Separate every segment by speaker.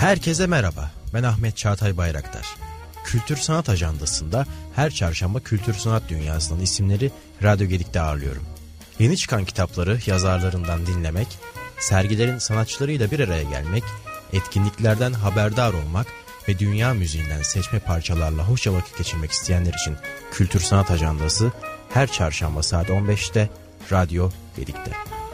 Speaker 1: Herkese merhaba, ben Ahmet Çağatay Bayraktar. Kültür Sanat Ajandası'nda her çarşamba kültür sanat dünyasının isimleri Radyo Gedik'te ağırlıyorum. Yeni çıkan kitapları yazarlarından dinlemek, sergilerin sanatçılarıyla bir araya gelmek, etkinliklerden haberdar olmak ve dünya müziğinden seçme parçalarla hoşça vakit geçirmek isteyenler için Kültür Sanat Ajandası her çarşamba saat 15'te Radyo Gedik'te.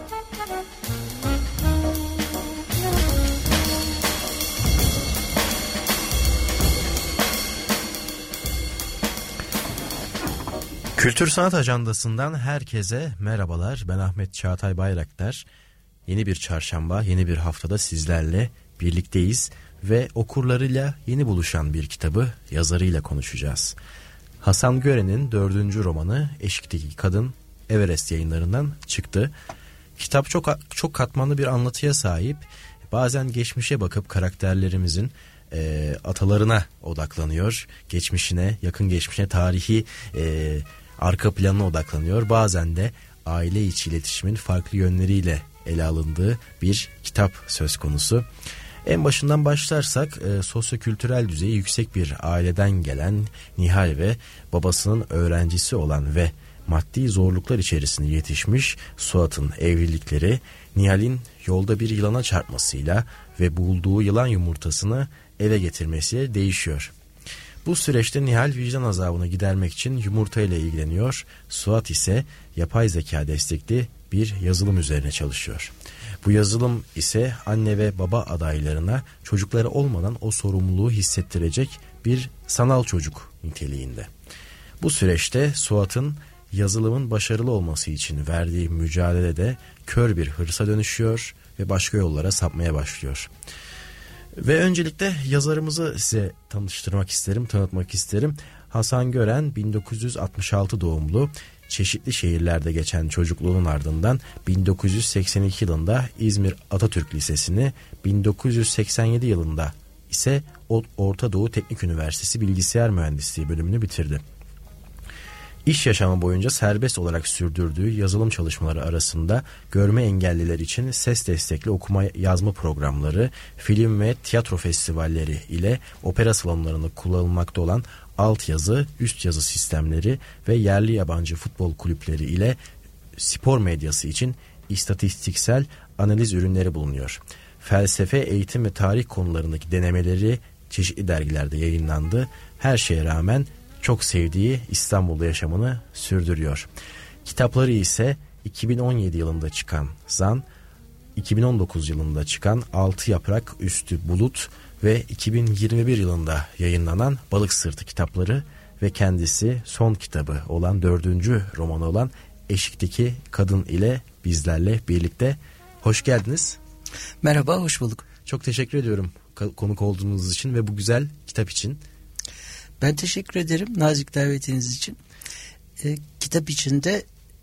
Speaker 1: Kültür Sanat Ajandası'ndan herkese merhabalar. Ben Ahmet Çağatay Bayraktar. Yeni bir çarşamba, yeni bir haftada sizlerle birlikteyiz ve okurlarıyla yeni buluşan bir kitabı yazarıyla konuşacağız. Hasan Gören'in 4. romanı Eşikteki Kadın Everest Yayınları'ndan çıktı. Kitap çok katmanlı bir anlatıya sahip. Bazen geçmişe bakıp karakterlerimizin atalarına odaklanıyor. Geçmişine, yakın geçmişine, tarihi arka planına odaklanıyor. Bazen de aile içi iletişimin farklı yönleriyle ele alındığı bir kitap söz konusu. En başından başlarsak sosyokültürel düzeyi yüksek bir aileden gelen Nihal ve babasının öğrencisi olan ve maddi zorluklar içerisinde yetişmiş Suat'ın evlilikleri Nihal'in yolda bir yılana çarpmasıyla ve bulduğu yılan yumurtasını eve getirmesiyle değişiyor. Bu süreçte Nihal vicdan azabını gidermek için yumurta ile ilgileniyor. Suat ise yapay zeka destekli bir yazılım üzerine çalışıyor. Bu yazılım ise anne ve baba adaylarına çocukları olmadan o sorumluluğu hissettirecek bir sanal çocuk niteliğinde. Bu süreçte Suat'ın yazılımın başarılı olması için verdiği mücadelede kör bir hırsa dönüşüyor ve başka yollara sapmaya başlıyor. Ve öncelikle yazarımızı size tanıtmak isterim. Hasan Gören 1966 doğumlu, çeşitli şehirlerde geçen çocukluğunun ardından 1982 yılında İzmir Atatürk Lisesi'ni, 1987 yılında ise Orta Doğu Teknik Üniversitesi Bilgisayar Mühendisliği bölümünü bitirdi. İş yaşamı boyunca serbest olarak sürdürdüğü yazılım çalışmaları arasında görme engelliler için ses destekli okuma yazma programları, film ve tiyatro festivalleri ile opera salonlarında kullanılmakta olan altyazı, üst yazı sistemleri ve yerli yabancı futbol kulüpleri ile spor medyası için istatistiksel analiz ürünleri bulunuyor. Felsefe, eğitim ve tarih konularındaki denemeleri çeşitli dergilerde yayınlandı. Her şeye rağmen çok sevdiği İstanbul'da yaşamını sürdürüyor. Kitapları ise 2017 yılında çıkan Zan, 2019 yılında çıkan Altı Yaprak Üstü Bulut ve 2021 yılında yayınlanan Balık Sırtı kitapları ve kendisi son kitabı olan 4. romanı olan Eşikteki Kadın ile bizlerle birlikte. Hoş geldiniz.
Speaker 2: Merhaba, hoş bulduk.
Speaker 1: Çok teşekkür ediyorum konuk olduğunuz için ve bu güzel kitap için.
Speaker 2: Ben teşekkür ederim nazik davetiniz için. Kitap içinde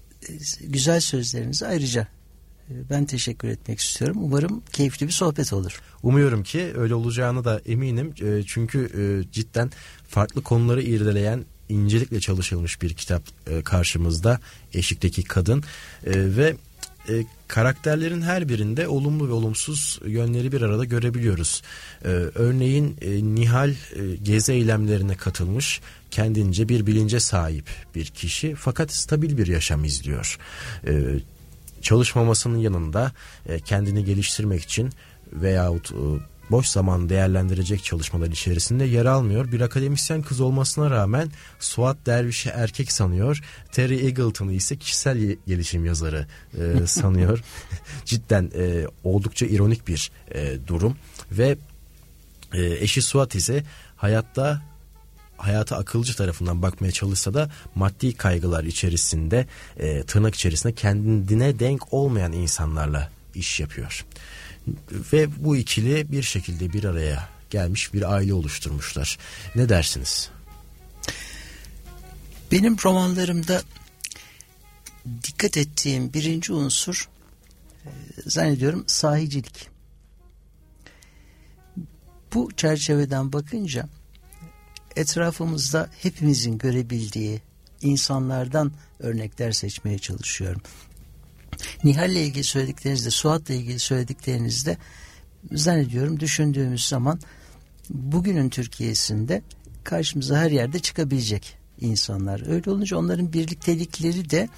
Speaker 2: güzel sözlerinize ayrıca ben teşekkür etmek istiyorum. Umarım keyifli bir sohbet olur.
Speaker 1: Umuyorum ki öyle olacağını da eminim. Çünkü cidden farklı konuları irdeleyen, incelikle çalışılmış bir kitap karşımızda. Eşikteki Kadın ve karakterlerin her birinde olumlu ve olumsuz yönleri bir arada görebiliyoruz. Örneğin Nihal gezi eylemlerine katılmış, kendince bir bilince sahip bir kişi fakat stabil bir yaşam izliyor. Çalışmamasının yanında kendini geliştirmek için veyahut boş zaman değerlendirecek çalışmalar içerisinde yer almıyor. Bir akademisyen kız olmasına rağmen Suat Derviş'i erkek sanıyor. Terry Eagleton'ı ise kişisel gelişim yazarı sanıyor. Cidden oldukça ironik bir durum. Ve eşi Suat ise hayata akılcı tarafından bakmaya çalışsa da maddi kaygılar içerisinde, tırnak içerisinde kendine denk olmayan insanlarla iş yapıyor. Ve bu ikili bir şekilde bir araya gelmiş bir aile oluşturmuşlar. Ne dersiniz?
Speaker 2: Benim romanlarımda dikkat ettiğim birinci unsur zannediyorum sahicilik. Bu çerçeveden bakınca etrafımızda hepimizin görebildiği insanlardan örnekler seçmeye çalışıyorum. Nihal'le ilgili söylediklerinizde, Suat'la ilgili söylediklerinizde zannediyorum düşündüğümüz zaman bugünün Türkiye'sinde karşımıza her yerde çıkabilecek insanlar. Öyle olunca onların birliktelikleri de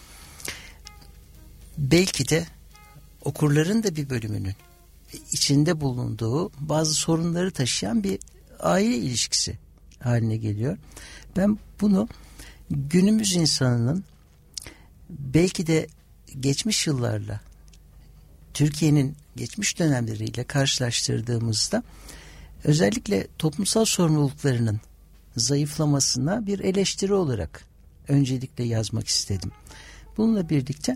Speaker 2: belki de okurların da bir bölümünün içinde bulunduğu bazı sorunları taşıyan bir aile ilişkisi haline geliyor. Ben bunu günümüz insanının belki de geçmiş yıllarla, Türkiye'nin geçmiş dönemleriyle karşılaştırdığımızda özellikle toplumsal sorumluluklarının zayıflamasına bir eleştiri olarak öncelikle yazmak istedim. Bununla birlikte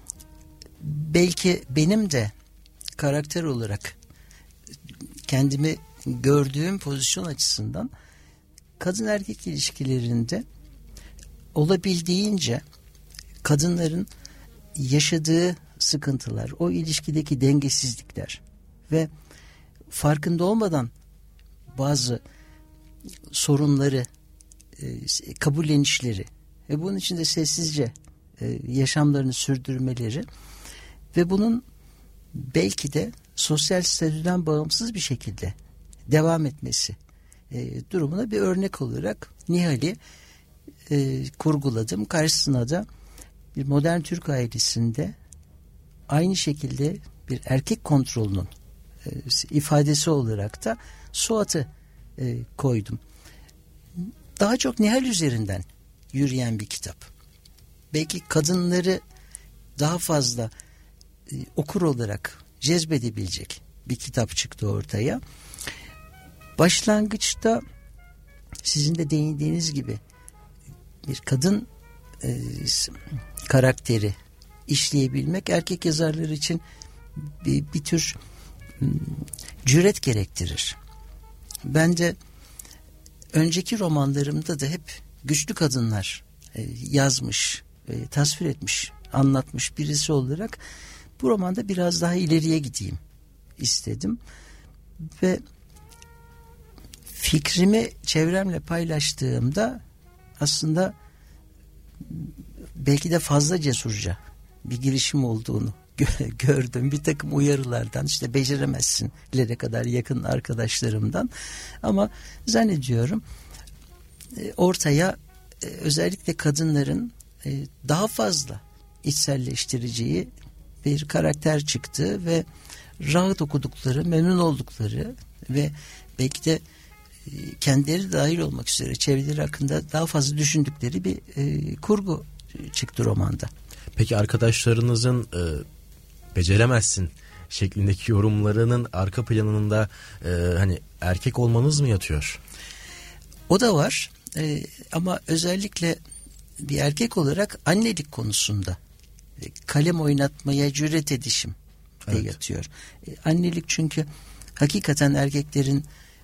Speaker 2: belki benim de karakter olarak kendimi gördüğüm pozisyon açısından kadın erkek ilişkilerinde olabildiğince kadınların yaşadığı sıkıntılar, o ilişkideki dengesizlikler ve farkında olmadan bazı sorunları kabullenişleri ve bunun içinde sessizce yaşamlarını sürdürmeleri ve bunun belki de sosyal statüden bağımsız bir şekilde devam etmesi durumuna bir örnek olarak Nihal'i kurguladım. Karşısına da bir modern Türk ailesinde aynı şekilde bir erkek kontrolünün ifadesi olarak da Suat'ı koydum. Daha çok Nihal üzerinden yürüyen bir kitap. Belki kadınları daha fazla okur olarak cezbedebilecek bir kitap çıktı ortaya. Başlangıçta sizin de değindiğiniz gibi bir kadın karakteri işleyebilmek erkek yazarlar için bir tür cüret gerektirir. Ben de önceki romanlarımda da hep güçlü kadınlar yazmış, tasvir etmiş, anlatmış birisi olarak bu romanda biraz daha ileriye gideyim istedim. Ve fikrimi çevremle paylaştığımda aslında belki de fazla cesurca bir girişim olduğunu gördüm. Bir takım uyarılardan, işte beceremezsinlere kadar yakın arkadaşlarımdan, ama zannediyorum ortaya özellikle kadınların daha fazla içselleştireceği bir karakter çıktı ve rahat okudukları, memnun oldukları ve belki de kendileri dahil olmak üzere çevreleri hakkında daha fazla düşündükleri bir kurgu çıktı romanda.
Speaker 1: Peki arkadaşlarınızın beceremezsin şeklindeki yorumlarının arka planında hani erkek olmanız mı yatıyor?
Speaker 2: O da var ama özellikle bir erkek olarak annelik konusunda kalem oynatmaya cüret edişim de yatıyor. Annelik çünkü hakikaten erkeklerin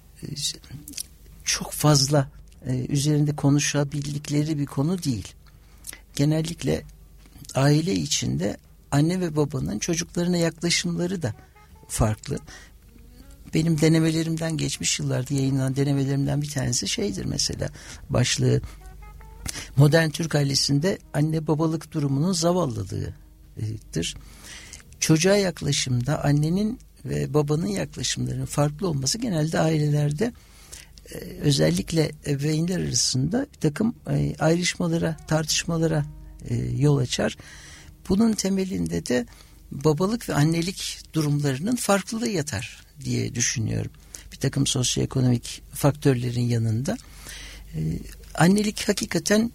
Speaker 2: çok fazla üzerinde konuşabildikleri bir konu değil. Genellikle aile içinde anne ve babanın çocuklarına yaklaşımları da farklı. Benim denemelerimden, geçmiş yıllarda yayınlanan denemelerimden bir tanesi şeydir mesela, başlığı modern Türk ailesinde anne babalık durumunun zavallılığıdır. Çocuğa yaklaşımda annenin ve babanın yaklaşımlarının farklı olması genelde ailelerde özellikle ebeveynler arasında bir takım ayrışmalara, tartışmalara yol açar. Bunun temelinde de babalık ve annelik durumlarının farklılığı yatar diye düşünüyorum. Bir takım sosyoekonomik faktörlerin yanında annelik hakikaten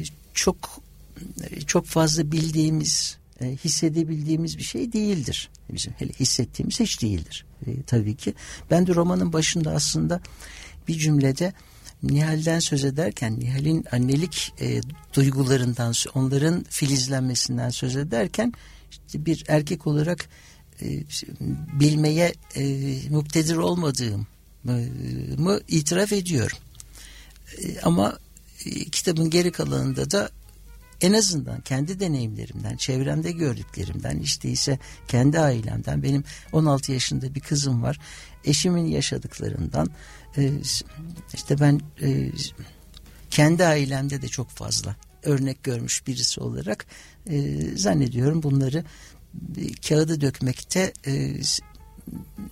Speaker 2: çok fazla bildiğimiz, hissedebildiğimiz bir şey değildir. Bizim hele hissettiğimiz hiç değildir. Tabii ki. Ben de romanın başında aslında bir cümlede Nihal'den söz ederken, Nihal'in annelik duygularından, onların filizlenmesinden söz ederken işte bir erkek olarak bilmeye muktedir olmadığımı itiraf ediyorum. Ama kitabın geri kalanında da en azından kendi deneyimlerimden, çevremde gördüklerimden, işte ise kendi ailemden, benim 16 yaşında bir kızım var, eşimin yaşadıklarından, işte ben kendi ailemde de çok fazla örnek görmüş birisi olarak zannediyorum bunları kağıda dökmekte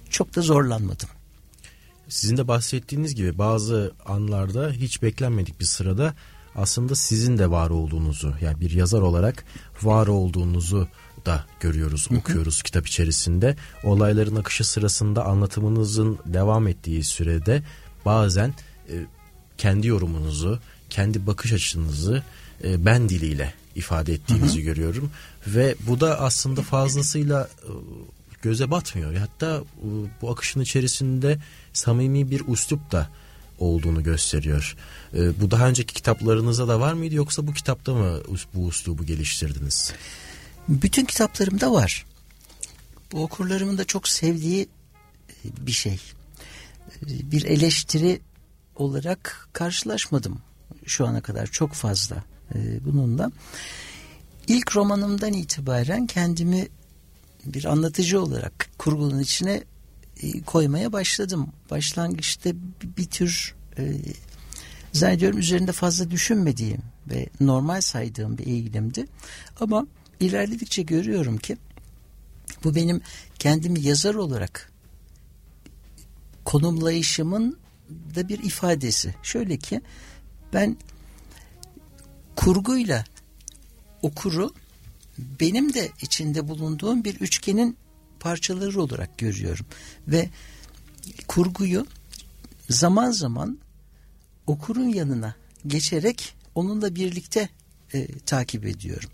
Speaker 2: çok da zorlanmadım.
Speaker 1: Sizin de bahsettiğiniz gibi bazı anlarda hiç beklenmedik bir sırada aslında sizin de var olduğunuzu, yani bir yazar olarak var olduğunuzu da görüyoruz, okuyoruz kitap içerisinde. Olayların akışı sırasında anlatımınızın devam ettiği sürede bazen kendi yorumunuzu, kendi bakış açınızı ben diliyle ifade ettiğinizi görüyorum. Ve bu da aslında fazlasıyla göze batmıyor. Hatta bu akışın içerisinde samimi bir üslup da olduğunu gösteriyor. Bu daha önceki kitaplarınızda da var mıydı, yoksa bu kitapta mı bu üslubu geliştirdiniz?
Speaker 2: Bütün kitaplarımda var. Bu okurlarımın da çok sevdiği bir şey. Bir eleştiri olarak karşılaşmadım şu ana kadar çok fazla bununla. İlk romanımdan itibaren kendimi bir anlatıcı olarak kurgunun içine koymaya başladım. Başlangıçta bir tür zannediyorum üzerinde fazla düşünmediğim ve normal saydığım bir eğilimdi. Ama ilerledikçe görüyorum ki bu benim kendimi yazar olarak konumlayışımın da bir ifadesi. Şöyle ki ben kurguyla okuru benim de içinde bulunduğum bir üçgenin parçaları olarak görüyorum. Ve kurguyu zaman zaman okurun yanına geçerek onunla birlikte takip ediyorum.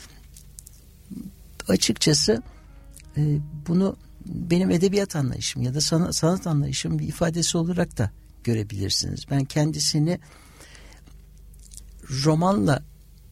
Speaker 2: Açıkçası bunu benim edebiyat anlayışım ya da sanat anlayışım bir ifadesi olarak da görebilirsiniz. Ben kendisini romanla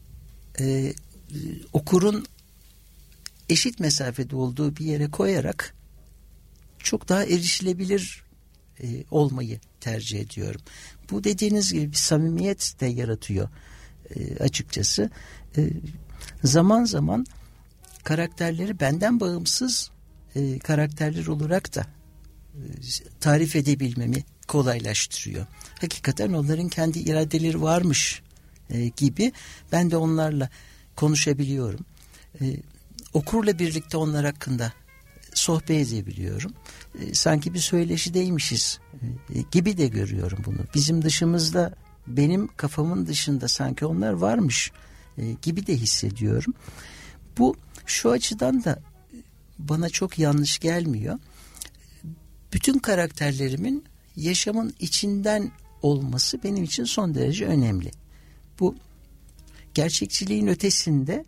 Speaker 2: okurun eşit mesafede olduğu bir yere koyarak çok daha erişilebilir olmayı tercih ediyorum. Bu dediğiniz gibi bir samimiyet de yaratıyor açıkçası. Zaman zaman karakterleri benden bağımsız karakterler olarak da tarif edebilmemi kolaylaştırıyor. Hakikaten onların kendi iradeleri varmış gibi ben de onlarla konuşabiliyorum. Okurla birlikte onlar hakkında sohbet edebiliyorum. Sanki bir söyleşideymişiz gibi de görüyorum bunu. Bizim dışımızda, benim kafamın dışında sanki onlar varmış gibi de hissediyorum. Bu şu açıdan da bana çok yanlış gelmiyor. Bütün karakterlerimin yaşamın içinden olması benim için son derece önemli. Bu gerçekçiliğin ötesinde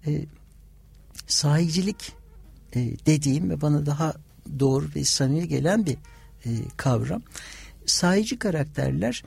Speaker 2: sahicilik dediğim ve bana daha doğru ve samimi gelen bir kavram. Sahici karakterler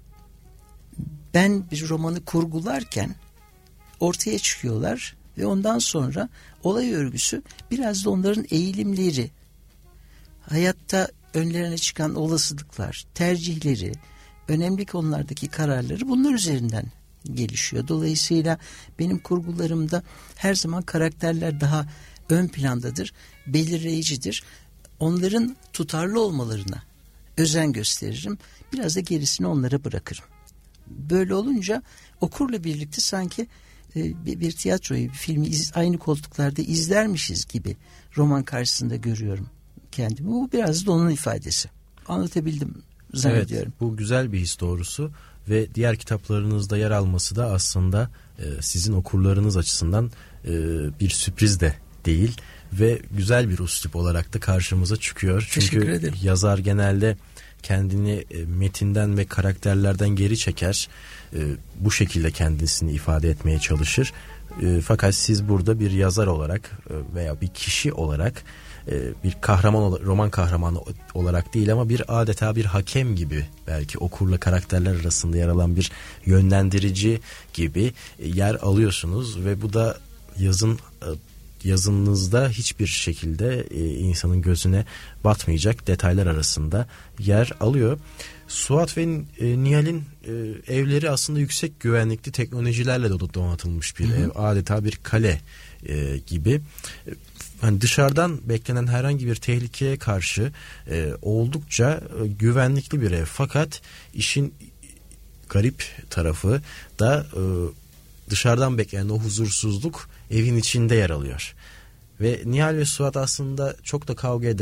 Speaker 2: ben bir romanı kurgularken ortaya çıkıyorlar ve ondan sonra olay örgüsü biraz da onların eğilimleri, hayatta önlerine çıkan olasılıklar, tercihleri, önemli konulardaki kararları bunlar üzerinden gelişiyor. Dolayısıyla benim kurgularımda her zaman karakterler daha ön plandadır, belirleyicidir. Onların tutarlı olmalarına özen gösteririm. Biraz da gerisini onlara bırakırım. Böyle olunca okurla birlikte sanki bir tiyatroyu, bir filmi aynı koltuklarda izlermişiz gibi roman karşısında görüyorum kendimi. Bu biraz da onun ifadesi. Anlatabildim zannediyorum.
Speaker 1: Evet, bu güzel bir his doğrusu ve diğer kitaplarınızda yer alması da aslında sizin okurlarınız açısından bir sürpriz de değil ve güzel bir üslup olarak da karşımıza çıkıyor. Çünkü yazar genelde kendini metinden ve karakterlerden geri çeker. Bu şekilde kendisini ifade etmeye çalışır. Fakat siz burada bir yazar olarak veya bir kişi olarak bir kahraman, roman kahramanı olarak değil ama bir adeta bir hakem gibi, belki okurla karakterler arasında yer alan bir yönlendirici gibi yer alıyorsunuz ve bu da yazınızda hiçbir şekilde insanın gözüne batmayacak detaylar arasında yer alıyor. Suat ve Nihal'in evleri aslında yüksek güvenlikli teknolojilerle donatılmış bir ev. Adeta bir kale gibi. Hani dışarıdan beklenen herhangi bir tehlikeye karşı oldukça güvenlikli bir ev. Fakat işin garip tarafı da dışarıdan beklenen o huzursuzluk evin içinde yer alıyor. Ve Nihal ve Suat aslında çok da kavga eden,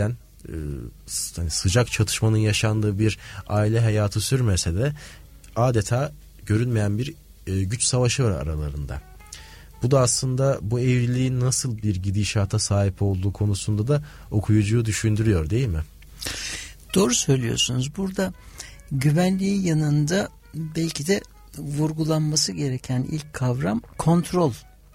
Speaker 1: hani sıcak çatışmanın yaşandığı bir aile hayatı sürmese de adeta görünmeyen bir güç savaşı var aralarında. Bu da aslında bu evliliğin nasıl bir gidişata sahip olduğu konusunda da okuyucuyu düşündürüyor, değil mi?
Speaker 2: Doğru söylüyorsunuz. Burada güvenliği yanında belki de vurgulanması gereken ilk kavram kontrol.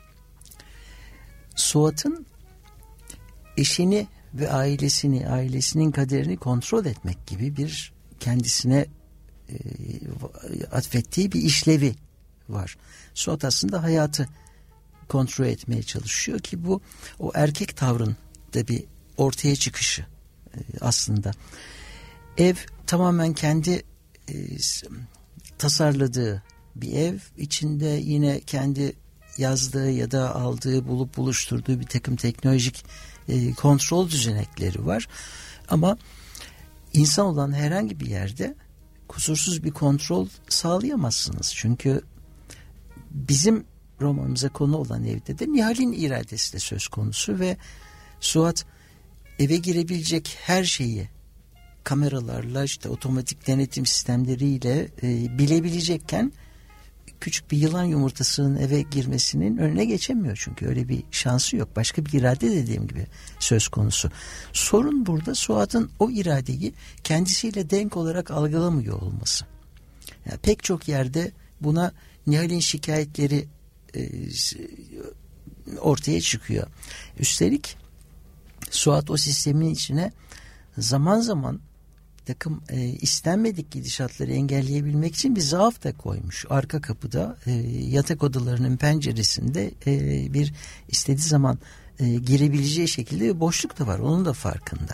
Speaker 2: Suat'ın eşini ve ailesinin kaderini kontrol etmek gibi bir kendisine atfettiği bir işlevi var. Suat aslında hayatı kontrol etmeye çalışıyor ki bu o erkek tavrın da bir ortaya çıkışı aslında. Ev tamamen kendi tasarladığı bir ev, içinde yine kendi yazdığı ya da aldığı, bulup buluşturduğu bir takım teknolojik kontrol düzenekleri var. Ama insan olan herhangi bir yerde kusursuz bir kontrol sağlayamazsınız. Çünkü bizim romanımıza konu olan evde de Nihal'in iradesi de söz konusu ve Suat eve girebilecek her şeyi kameralarla, işte otomatik denetim sistemleriyle bilebilecekken küçük bir yılan yumurtasının eve girmesinin önüne geçemiyor. Çünkü öyle bir şansı yok. Başka bir irade dediğim gibi söz konusu. Sorun burada Suat'ın o iradeyi kendisiyle denk olarak algılamıyor olması. Yani pek çok yerde buna Nihal'in şikayetleri ortaya çıkıyor. Üstelik Suat o sistemin içine zaman zaman takım istenmedik gidişatları engelleyebilmek için bir zaaf da koymuş. Arka kapıda yatak odalarının penceresinde bir istediği zaman girebileceği şekilde bir boşluk da var. Onun da farkında.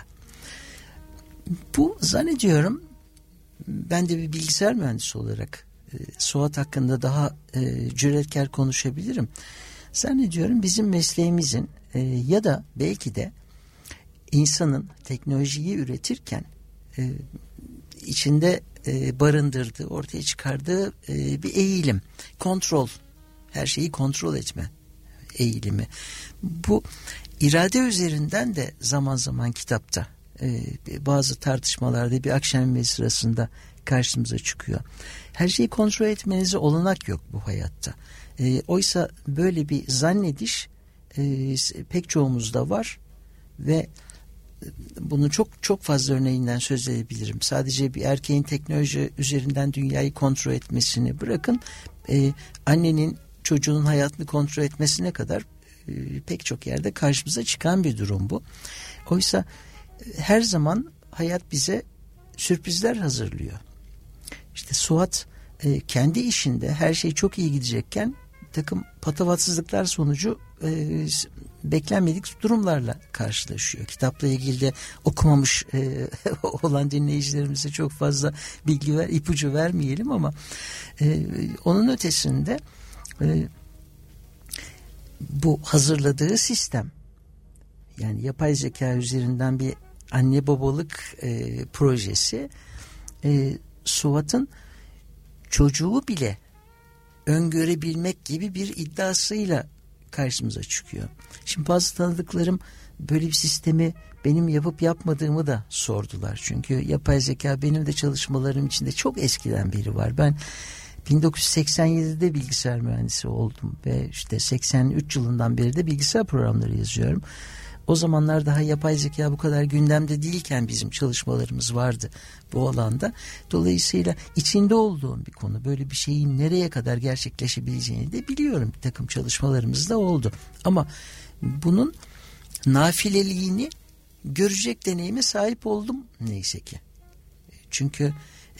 Speaker 2: Bu zannediyorum ben de bir bilgisayar mühendisi olarak Suat hakkında daha cüretkar konuşabilirim. Zannediyorum bizim mesleğimizin ya da belki de insanın teknolojiyi üretirken içinde barındırdığı, ortaya çıkardığı bir eğilim, kontrol, her şeyi kontrol etme eğilimi. Bu irade üzerinden de zaman zaman kitapta bazı tartışmalarda bir akşam yemeği sırasında karşımıza çıkıyor. Her şeyi kontrol etmenize olanak yok bu hayatta. Oysa böyle bir zannediş pek çoğumuzda var ve bunu çok fazla örneğinden söz edebilirim. Sadece bir erkeğin teknoloji üzerinden dünyayı kontrol etmesini bırakın, annenin çocuğunun hayatını kontrol etmesine kadar pek çok yerde karşımıza çıkan bir durum bu. Oysa her zaman hayat bize sürprizler hazırlıyor. İşte Suat kendi işinde her şey çok iyi gidecekken takım patavatsızlıklar sonucu beklenmedik durumlarla karşılaşıyor. Kitapla ilgili de okumamış olan dinleyicilerimize çok fazla ipucu vermeyelim ama onun ötesinde bu hazırladığı sistem, yani yapay zeka üzerinden bir anne babalık projesi Suat'ın çocuğu bile öngörebilmek gibi bir iddiasıyla karşımıza çıkıyor. Şimdi bazı tanıdıklarım böyle bir sistemi benim yapıp yapmadığımı da sordular. Çünkü yapay zeka benim de çalışmalarım içinde çok eskiden beri var. Ben 1987'de bilgisayar mühendisi oldum ve işte 83 yılından beri de bilgisayar programları yazıyorum. O zamanlar daha yapay zeka bu kadar gündemde değilken bizim çalışmalarımız vardı bu alanda. Dolayısıyla içinde olduğum bir konu. Böyle bir şeyin nereye kadar gerçekleşebileceğini de biliyorum. Bir takım çalışmalarımız da oldu. Ama bunun nafileliğini görecek deneyime sahip oldum neyse ki. Çünkü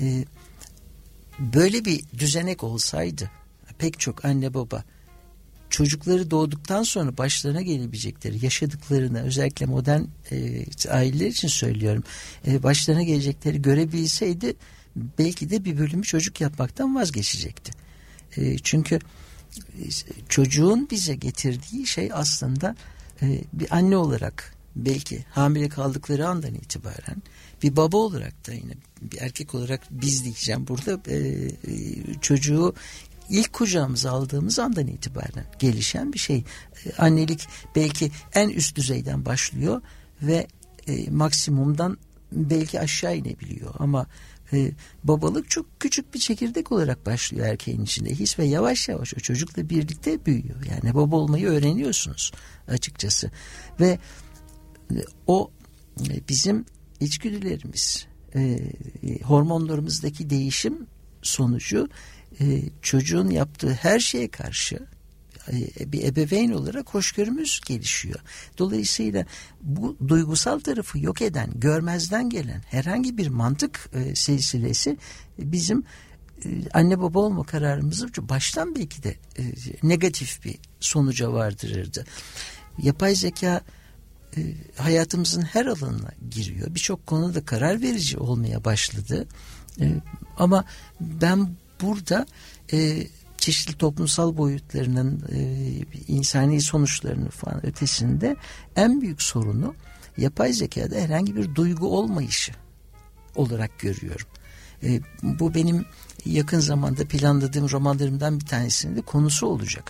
Speaker 2: böyle bir düzenek olsaydı pek çok anne baba çocukları doğduktan sonra başlarına gelebilecekleri, yaşadıklarını, özellikle modern aileler için söylüyorum, başlarına gelecekleri görebilseydi belki de bir bölümü çocuk yapmaktan vazgeçecekti. Çünkü çocuğun bize getirdiği şey aslında bir anne olarak belki hamile kaldıkları andan itibaren, bir baba olarak da yine bir erkek olarak biz diyeceğim burada, çocuğu İlk kucağımıza aldığımız andan itibaren gelişen bir şey. Annelik belki en üst düzeyden başlıyor ve maksimumdan belki aşağı inebiliyor ama babalık çok küçük bir çekirdek olarak başlıyor erkeğin içinde his ve yavaş yavaş o çocukla birlikte büyüyor. Yani baba olmayı öğreniyorsunuz açıkçası ve o bizim içgüdülerimiz, hormonlarımızdaki değişim sonucu çocuğun yaptığı her şeye karşı bir ebeveyn olarak hoşgörümüz gelişiyor. Dolayısıyla bu duygusal tarafı yok eden, görmezden gelen herhangi bir mantık silsilesi bizim anne baba olma kararımızı baştan belki de negatif bir sonuca vardırırdı. Yapay zeka hayatımızın her alanına giriyor. Birçok konuda karar verici olmaya başladı. Ama ben burada çeşitli toplumsal boyutlarının insani sonuçlarını falan ötesinde en büyük sorunu yapay zekada herhangi bir duygu olmayışı olarak görüyorum. Bu benim yakın zamanda planladığım romanlarımdan bir tanesinin de konusu olacak.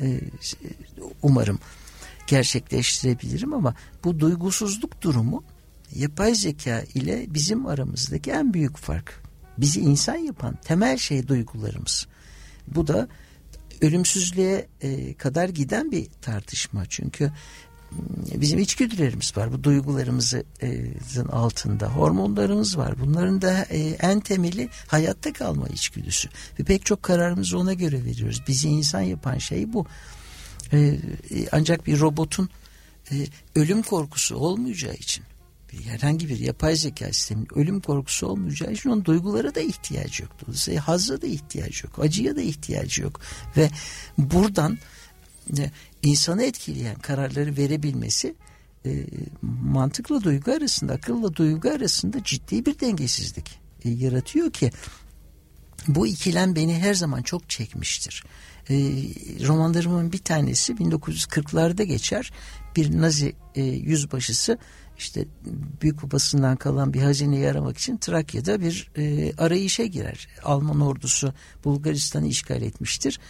Speaker 2: Umarım gerçekleştirebilirim ama bu duygusuzluk durumu yapay zeka ile bizim aramızdaki en büyük fark. Bizi insan yapan temel şey duygularımız. Bu da ölümsüzlüğe kadar giden bir tartışma. Çünkü bizim içgüdülerimiz var. Bu duygularımızın altında hormonlarımız var. Bunların da en temeli hayatta kalma içgüdüsü. Ve pek çok kararımızı ona göre veriyoruz. Bizi insan yapan şey bu. Ancak bir robotun ölüm korkusu olmayacağı için, herhangi bir yapay zeka sisteminin ölüm korkusu olmayacağı için onun duygulara da ihtiyacı yok. Dolayısıyla hazza da ihtiyacı yok. Acıya da ihtiyacı yok. Ve buradan insanı etkileyen kararları verebilmesi mantıkla duygu arasında, akılla duygu arasında ciddi bir dengesizlik yaratıyor ki bu ikilem beni her zaman çok çekmiştir. Romanlarımın bir tanesi 1940'larda geçer. Bir Nazi yüzbaşısı işte büyük babasından kalan bir hazineyi aramak için Trakya'da bir arayışa girer. Alman ordusu Bulgaristan'ı işgal etmiştir.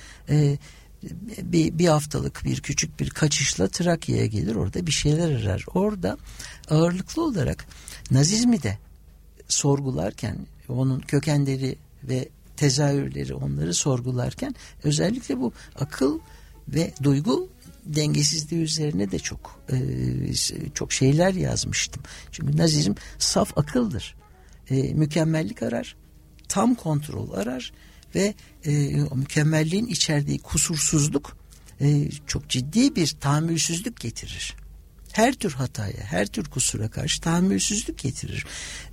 Speaker 2: Bir haftalık küçük bir kaçışla Trakya'ya gelir. Orada bir şeyler arar. Orada ağırlıklı olarak Nazizmi de sorgularken onun kökenleri ve tezahürleri onları sorgularken özellikle bu akıl ve duygu dengesizliği üzerine de çok şeyler yazmıştım. Çünkü Nazizm saf akıldır. Mükemmellik arar, tam kontrol arar ve o mükemmelliğin içerdiği kusursuzluk çok ciddi bir tahammülsüzlük getirir. Her tür hataya, her tür kusura karşı tahammülsüzlük getirir.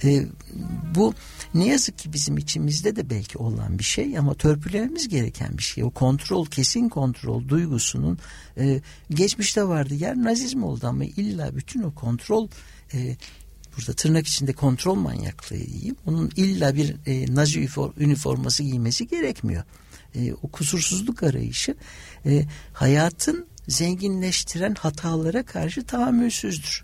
Speaker 2: Bu ne yazık ki bizim içimizde de belki olan bir şey ama törpülememiz gereken bir şey. O kontrol, kesin kontrol duygusunun geçmişte vardı. Yer Nazizm oldu ama illa bütün o kontrol, burada tırnak içinde kontrol manyaklığı diyeyim. Onun illa bir Nazi üniforması giymesi gerekmiyor. O kusursuzluk arayışı hayatın zenginleştiren hatalara karşı tahammülsüzdür.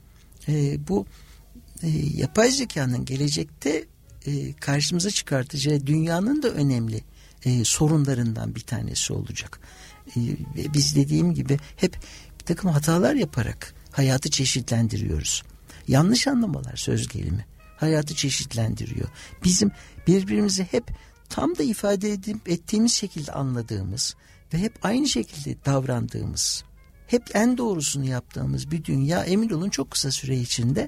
Speaker 2: Bu yapay zekanın gelecekte karşımıza çıkartacağı dünyanın da önemli sorunlarından bir tanesi olacak. Biz dediğim gibi hep bir takım hatalar yaparak hayatı çeşitlendiriyoruz. Yanlış anlamalar söz gelimi hayatı çeşitlendiriyor. Bizim birbirimizi hep tam da ifade ettiğimiz şekilde anladığımız ve hep aynı şekilde davrandığımız, hep en doğrusunu yaptığımız bir dünya emin olun çok kısa süre içinde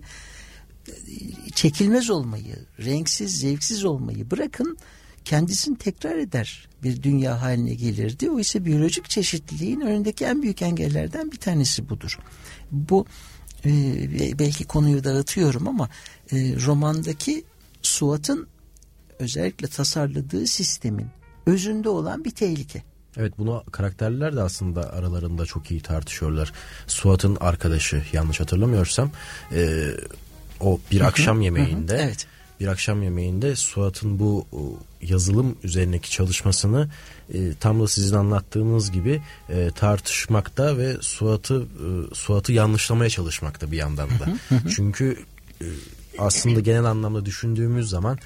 Speaker 2: çekilmez olmayı, renksiz, zevksiz olmayı bırakın kendisini tekrar eder bir dünya haline gelirdi. Oysa biyolojik çeşitliliğin önündeki en büyük engellerden bir tanesi budur. Bu belki konuyu dağıtıyorum ama romandaki Suat'ın özellikle tasarladığı sistemin özünde olan bir tehlike.
Speaker 1: Evet, bunu karakterler de aslında aralarında çok iyi tartışıyorlar. Suat'ın arkadaşı yanlış hatırlamıyorsam o bir akşam yemeğinde
Speaker 2: evet.
Speaker 1: Bir akşam yemeğinde Suat'ın bu yazılım üzerindeki çalışmasını tam da sizin anlattığınız gibi tartışmakta ve Suat'ı yanlışlamaya çalışmakta bir yandan da. Çünkü aslında genel anlamda düşündüğümüz zaman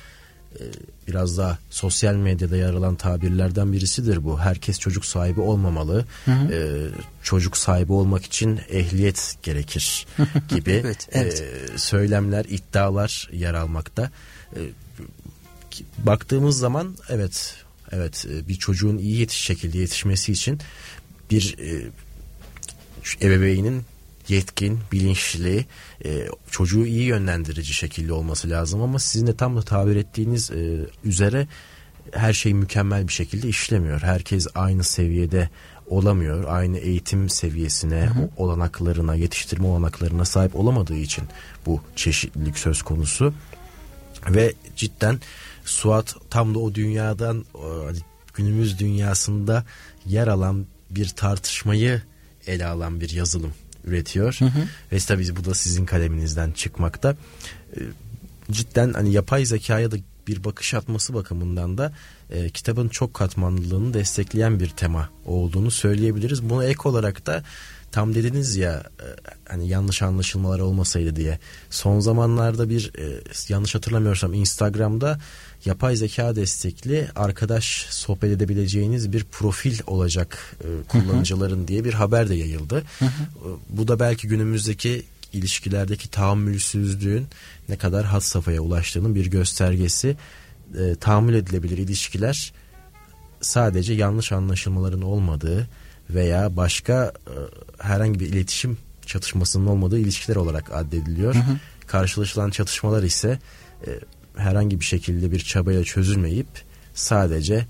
Speaker 1: biraz daha sosyal medyada yer alan tabirlerden birisidir bu. Herkes çocuk sahibi olmamalı. Çocuk sahibi olmak için ehliyet gerekir gibi evet. Söylemler, iddialar yer almakta. Baktığımız zaman evet bir çocuğun iyi şekilde yetişmesi için bir ebeveynin yetkin, bilinçli, çocuğu iyi yönlendirici şekilde olması lazım ama sizin de tam da tabir ettiğiniz üzere her şey mükemmel bir şekilde işlemiyor. Herkes aynı seviyede olamıyor. Aynı eğitim seviyesine, olanaklarına, yetiştirme olanaklarına sahip olamadığı için bu çeşitlilik söz konusu. Ve cidden Suat tam da o dünyadan, günümüz dünyasında yer alan bir tartışmayı ele alan bir yazılım üretiyor. Ve tabii bu da sizin kaleminizden çıkmakta. Cidden hani yapay zekaya da bir bakış atması bakımından da kitabın çok katmanlılığını destekleyen bir tema olduğunu söyleyebiliriz. Buna ek olarak da tam dediniz ya hani yanlış anlaşılmalar olmasaydı diye. Son zamanlarda bir yanlış hatırlamıyorsam Instagram'da yapay zeka destekli arkadaş sohbet edebileceğiniz bir profil olacak kullanıcıların diye bir haber de yayıldı. Bu da belki günümüzdeki ilişkilerdeki tahammülsüzlüğün ne kadar had safhaya ulaştığının bir göstergesi. Tahammül edilebilir ilişkiler sadece yanlış anlaşılmaların olmadığı veya başka herhangi bir iletişim çatışmasının olmadığı ilişkiler olarak addediliyor. Karşılaşılan çatışmalar ise herhangi bir şekilde bir çabayla çözülmeyip sadece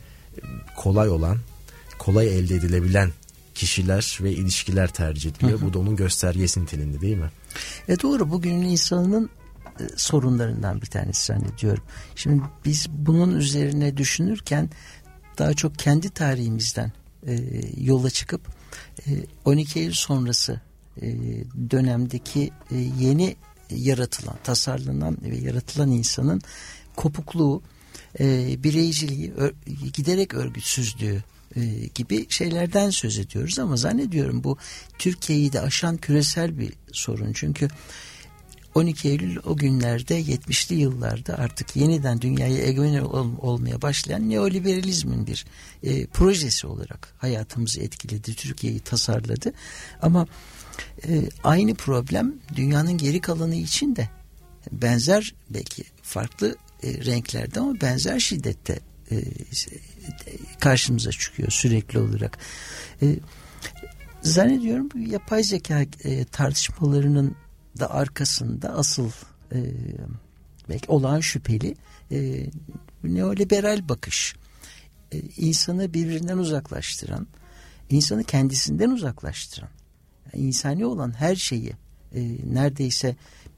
Speaker 1: kolay elde edilebilen kişiler ve ilişkiler tercih ediliyor. Bu da onun göstergesi niteliğinde değil mi?
Speaker 2: Doğru. Bugünün insanının sorunlarından bir tanesi zannediyorum. Şimdi biz bunun üzerine düşünürken daha çok kendi tarihimizden yola çıkıp 12 Eylül sonrası dönemdeki yeni tasarlanan ve yaratılan insanın kopukluğu, bireyciliği, giderek örgütsüzlüğü gibi şeylerden söz ediyoruz ama zannediyorum bu Türkiye'yi de aşan küresel bir sorun. Çünkü 12 Eylül o günlerde 70'li yıllarda artık yeniden dünyaya egemen olmaya başlayan neoliberalizmin bir projesi olarak hayatımızı etkiledi, Türkiye'yi tasarladı. Ama aynı problem dünyanın geri kalanı için de benzer, belki farklı renklerde ama benzer şiddette karşımıza çıkıyor sürekli olarak. Zannediyorum bu yapay zeka tartışmalarının da arkasında asıl belki olağan şüpheli neoliberal bakış, insanı birbirinden uzaklaştıran, insanı kendisinden uzaklaştıran, yani insani olan her şeyi neredeyse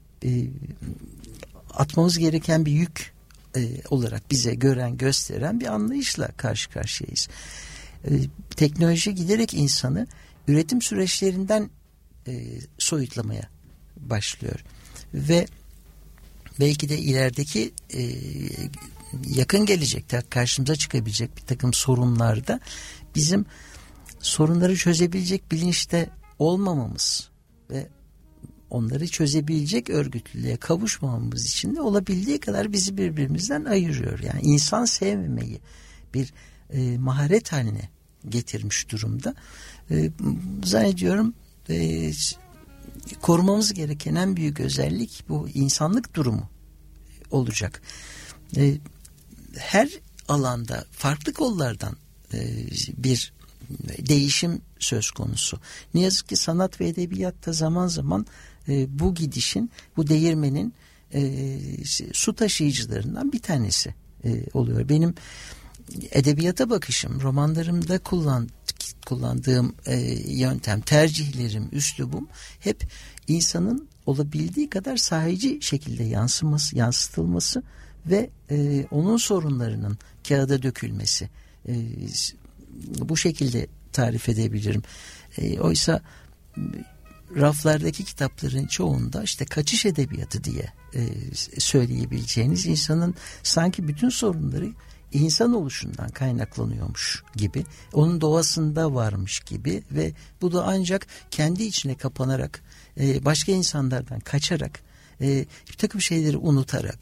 Speaker 2: atmamız gereken bir yük olarak bize gösteren bir anlayışla karşı karşıyayız. Teknoloji giderek insanı üretim süreçlerinden soyutlamaya başlıyor ve belki de ilerideki yakın gelecekte karşımıza çıkabilecek bir takım sorunlarda bizim sorunları çözebilecek bilinçte olmamamız ve onları çözebilecek örgütlülüğe kavuşmamamız için de olabildiği kadar bizi birbirimizden ayırıyor. Yani insan sevmemeyi bir maharet haline getirmiş durumda. Zannediyorum korumamız gereken en büyük özellik bu insanlık durumu olacak. Her alanda farklı kollardan bir değişim söz konusu. Ne yazık ki sanat ve edebiyatta zaman zaman bu gidişin, bu değirmenin su taşıyıcılarından bir tanesi oluyor. Benim edebiyata bakışım, romanlarımda kullandığım yöntem, tercihlerim, üslubum hep insanın olabildiği kadar sahici şekilde yansıtılması ve onun sorunlarının kağıda dökülmesi. Bu şekilde tarif edebilirim. Oysa raflardaki kitapların çoğunda işte kaçış edebiyatı diye söyleyebileceğiniz, insanın sanki bütün sorunları insan oluşundan kaynaklanıyormuş gibi, onun doğasında varmış gibi ve bu da ancak kendi içine kapanarak, başka insanlardan kaçarak, bir takım şeyleri unutarak,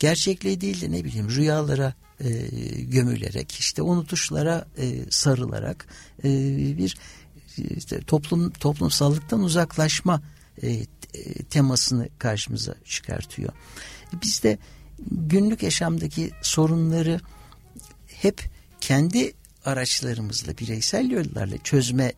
Speaker 2: gerçekliği değil de ne bileyim rüyalara gömülerek, işte unutuşlara sarılarak bir işte toplumsallıktan uzaklaşma temasını karşımıza çıkartıyor. Biz de günlük yaşamdaki sorunları hep kendi araçlarımızla, bireysel yollarla çözmeyi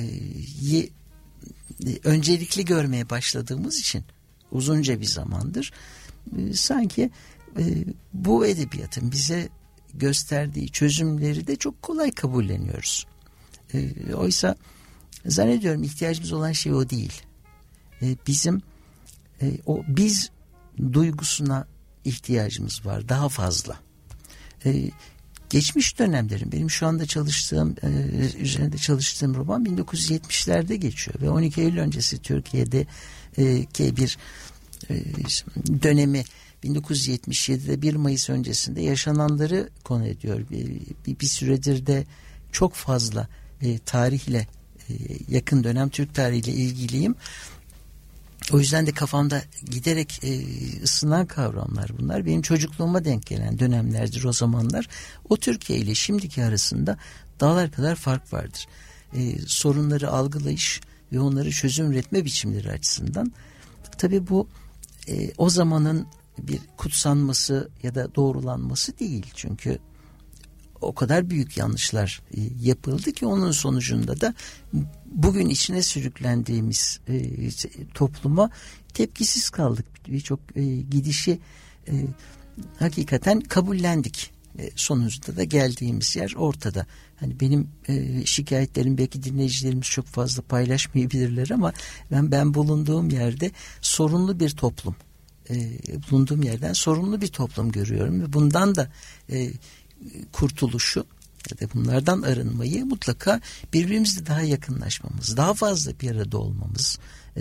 Speaker 2: öncelikli görmeye başladığımız için uzunca bir zamandır sanki bu edebiyatın bize gösterdiği çözümleri de çok kolay kabulleniyoruz. Oysa zannediyorum ihtiyacımız olan şey o değil. Bizim o biz duygusuna ihtiyacımız var daha fazla. Geçmiş dönemlerin, benim şu anda üzerinde çalıştığım roman 1970'lerde geçiyor ve 12 Eylül öncesi Türkiye'de bir dönemi 1977'de 1 Mayıs öncesinde yaşananları konu ediyor. Bir süredir de çok fazla tarihle, yakın dönem Türk tarihiyle ilgiliyim. O yüzden de kafamda giderek ısınan kavramlar bunlar. Benim çocukluğuma denk gelen dönemlerdir o zamanlar. O Türkiye ile şimdiki arasında dağlar kadar fark vardır. Sorunları algılayış ve onları çözüm üretme biçimleri açısından. Tabii bu o zamanın bir kutsanması ya da doğrulanması değil. Çünkü o kadar büyük yanlışlar yapıldı ki onun sonucunda da bugün içine sürüklendiğimiz topluma tepkisiz kaldık. Birçok gidişi hakikaten kabullendik. Sonuçta da geldiğimiz yer ortada. Hani benim şikayetlerim belki dinleyicilerimiz çok fazla paylaşmayabilirler ama ben bulunduğum yerde sorunlu bir toplum. Bulunduğum yerden sorunlu bir toplum görüyorum ve bundan da kurtuluşu ya da bunlardan arınmayı mutlaka birbirimizle daha yakınlaşmamız, daha fazla bir arada olmamız,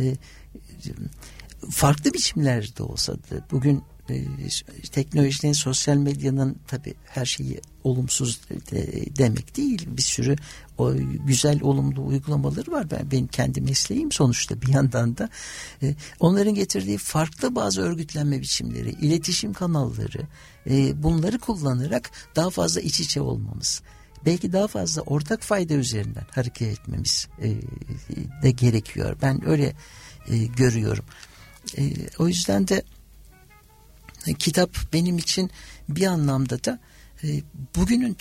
Speaker 2: farklı biçimlerde olsa da bugün teknolojinin, sosyal medyanın tabii her şeyi olumsuz demek değil. Bir sürü o güzel, olumlu uygulamaları var. Benim kendi mesleğim sonuçta bir yandan da onların getirdiği farklı bazı örgütlenme biçimleri, iletişim kanalları, bunları kullanarak daha fazla iç içe olmamız, belki daha fazla ortak fayda üzerinden hareket etmemiz de gerekiyor. Ben öyle görüyorum. O yüzden de kitap benim için bir anlamda da bugünün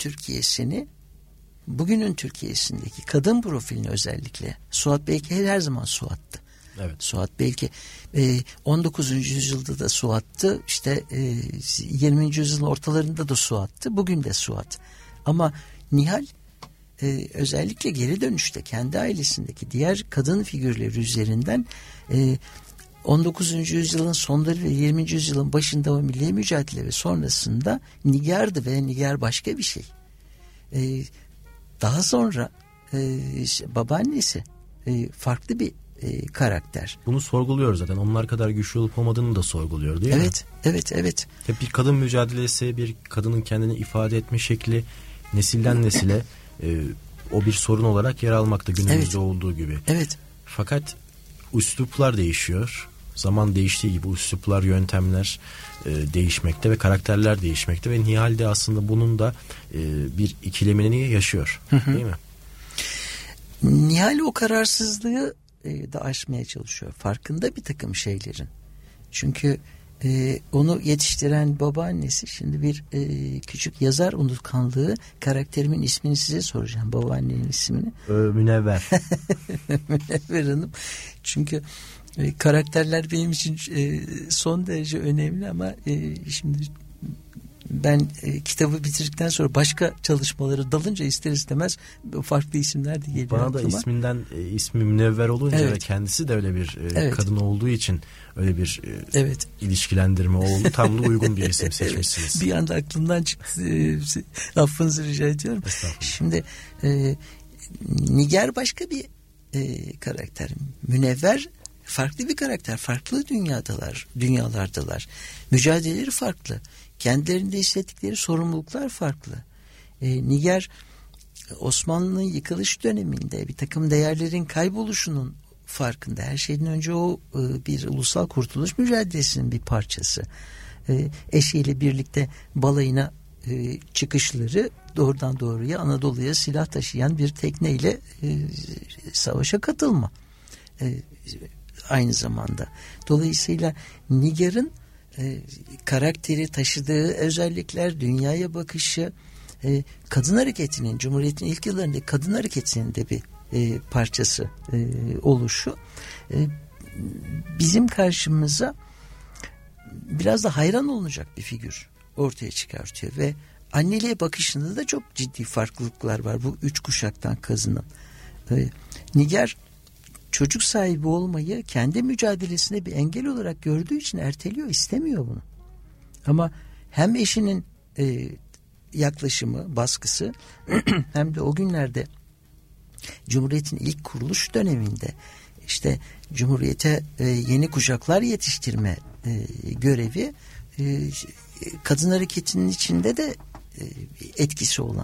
Speaker 2: Türkiye'sindeki kadın profilini özellikle, Suat belki her zaman Suat'tı.
Speaker 1: Evet.
Speaker 2: Suat belki 19. yüzyılda da Suat'tı, işte 20. yüzyılın ortalarında da Suat'tı, bugün de Suat. Ama Nihal özellikle geri dönüşte kendi ailesindeki diğer kadın figürleri üzerinden 19. yüzyılın sonları ve 20. yüzyılın başında o milli mücadele ve sonrasında Nigar'dı ve Nigar başka bir şey. Daha sonra babaannesi farklı bir karakter.
Speaker 1: Bunu sorguluyor zaten. Onlar kadar güçlü olup olmadığını da sorguluyor değil mi?
Speaker 2: Evet.
Speaker 1: Hep bir kadın mücadelesi, bir kadının kendini ifade etme şekli nesilden nesile o bir sorun olarak yer almakta günümüzde olduğu gibi.
Speaker 2: Evet.
Speaker 1: Fakat üsluplar değişiyor. Zaman değiştiği gibi üsluplar, yöntemler değişmekte ve karakterler değişmekte ve Nihal de aslında bunun da bir ikilemini yaşıyor. Değil mi?
Speaker 2: Nihal o kararsızlığı da aşmaya çalışıyor. Farkında bir takım şeylerin. Çünkü onu yetiştiren babaannesi, şimdi bir küçük yazar unutkanlığı, karakterimin ismini size soracağım, babaannenin ismini.
Speaker 1: Münevver.
Speaker 2: Münevver Hanım. Çünkü karakterler benim için son derece önemli ama şimdi ben kitabı bitirdikten sonra başka çalışmalara dalınca ister istemez farklı isimler de geliyor
Speaker 1: Bana da
Speaker 2: aklıma.
Speaker 1: ismi Münevver olunca
Speaker 2: evet.
Speaker 1: ve kendisi de öyle bir
Speaker 2: evet.
Speaker 1: kadın olduğu için öyle bir
Speaker 2: evet.
Speaker 1: ilişkilendirme oldu. Tam da uygun bir isim seçmişsiniz.
Speaker 2: Evet. Bir anda aklımdan çıktı. Affınızı rica ediyorum. Şimdi Nigar başka bir karakter. Münevver farklı bir karakter. Farklı dünyalardalar. Mücadeleleri farklı. Kendilerinde hissettikleri sorumluluklar farklı. Nigar Osmanlı'nın yıkılış döneminde bir takım değerlerin kayboluşunun farkında. Her şeyden önce o bir ulusal kurtuluş mücadelesinin bir parçası. eşiyle birlikte balayına çıkışları, doğrudan doğruya Anadolu'ya silah taşıyan bir tekneyle savaşa katılma aynı zamanda. Dolayısıyla Nigar'ın karakteri, taşıdığı özellikler, dünyaya bakışı, kadın hareketinin, Cumhuriyet'in ilk yıllarında kadın hareketinin de bir parçası oluşu bizim karşımıza biraz da hayran olunacak bir figür ortaya çıkartıyor ve anneliğe bakışında da çok ciddi farklılıklar var bu 3 kuşaktan kazınan. Nigar çocuk sahibi olmayı kendi mücadelesine bir engel olarak gördüğü için erteliyor, istemiyor bunu. Ama hem eşinin yaklaşımı, baskısı hem de o günlerde Cumhuriyet'in ilk kuruluş döneminde işte Cumhuriyet'e yeni kuşaklar yetiştirme görevi kadın hareketinin içinde de etkisi olan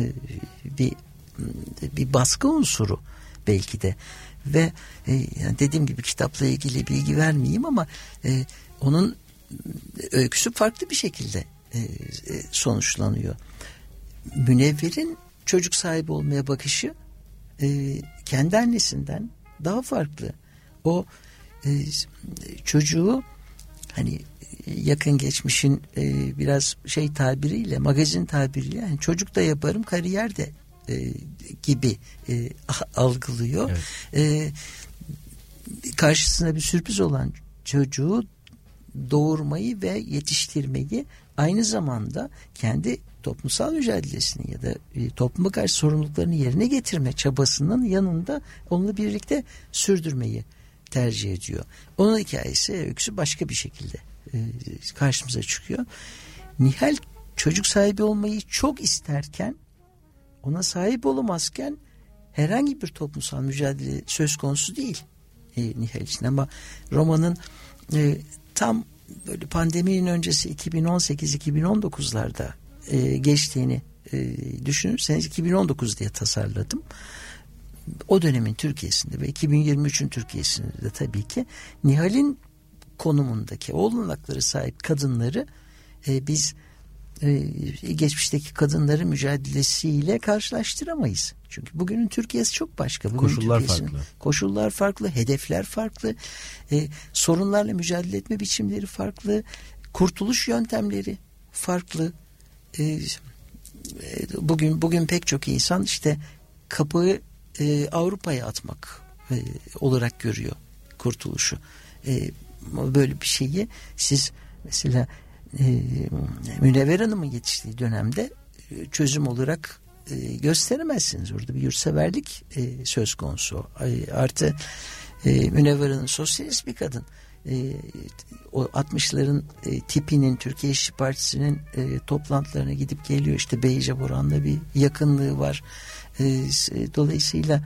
Speaker 2: bir baskı unsuru belki de ve yani dediğim gibi kitapla ilgili bilgi vermeyeyim ama onun öyküsü farklı bir şekilde sonuçlanıyor. Münevver'in çocuk sahibi olmaya bakışı kendi annesinden daha farklı. O çocuğu hani yakın geçmişin biraz tabiriyle, magazin tabiriyle yani çocuk da yaparım, kariyer de gibi algılıyor. Evet. Karşısına bir sürpriz olan çocuğu doğurmayı ve yetiştirmeyi aynı zamanda kendi toplumsal mücadelesini ya da topluma karşı sorumluluklarını yerine getirme çabasının yanında onunla birlikte sürdürmeyi tercih ediyor. Onun hikayesi, öyküsü başka bir şekilde karşımıza çıkıyor. Nihal çocuk sahibi olmayı çok isterken, ona sahip olamazken herhangi bir toplumsal mücadele söz konusu değil Nihal için. Ama romanın tam böyle pandeminin öncesi 2018-2019'larda geçtiğini düşünürseniz 2019 diye tasarladım. O dönemin Türkiye'sinde ve 2023'ün Türkiye'sinde de tabii ki Nihal'in konumundaki olanakları sahip kadınları biz geçmişteki kadınların mücadelesiyle karşılaştıramayız. Çünkü bugünün Türkiye'si çok başka. Bugünün
Speaker 1: koşullar farklı.
Speaker 2: Koşullar farklı, hedefler farklı, sorunlarla mücadele etme biçimleri farklı, kurtuluş yöntemleri farklı. Bugün pek çok insan işte kapıyı Avrupa'ya atmak olarak görüyor kurtuluşu. Böyle bir şeyi siz mesela Münevver Hanım'ın yetiştiği dönemde çözüm olarak gösteremezsiniz. Orada bir yurtseverlik söz konusu. Artı Münevver Hanım sosyalist bir kadın. O 60'ların tipinin, Türkiye İşçi Partisi'nin toplantılarına gidip geliyor. İşte Beyce Boran'la bir yakınlığı var. Dolayısıyla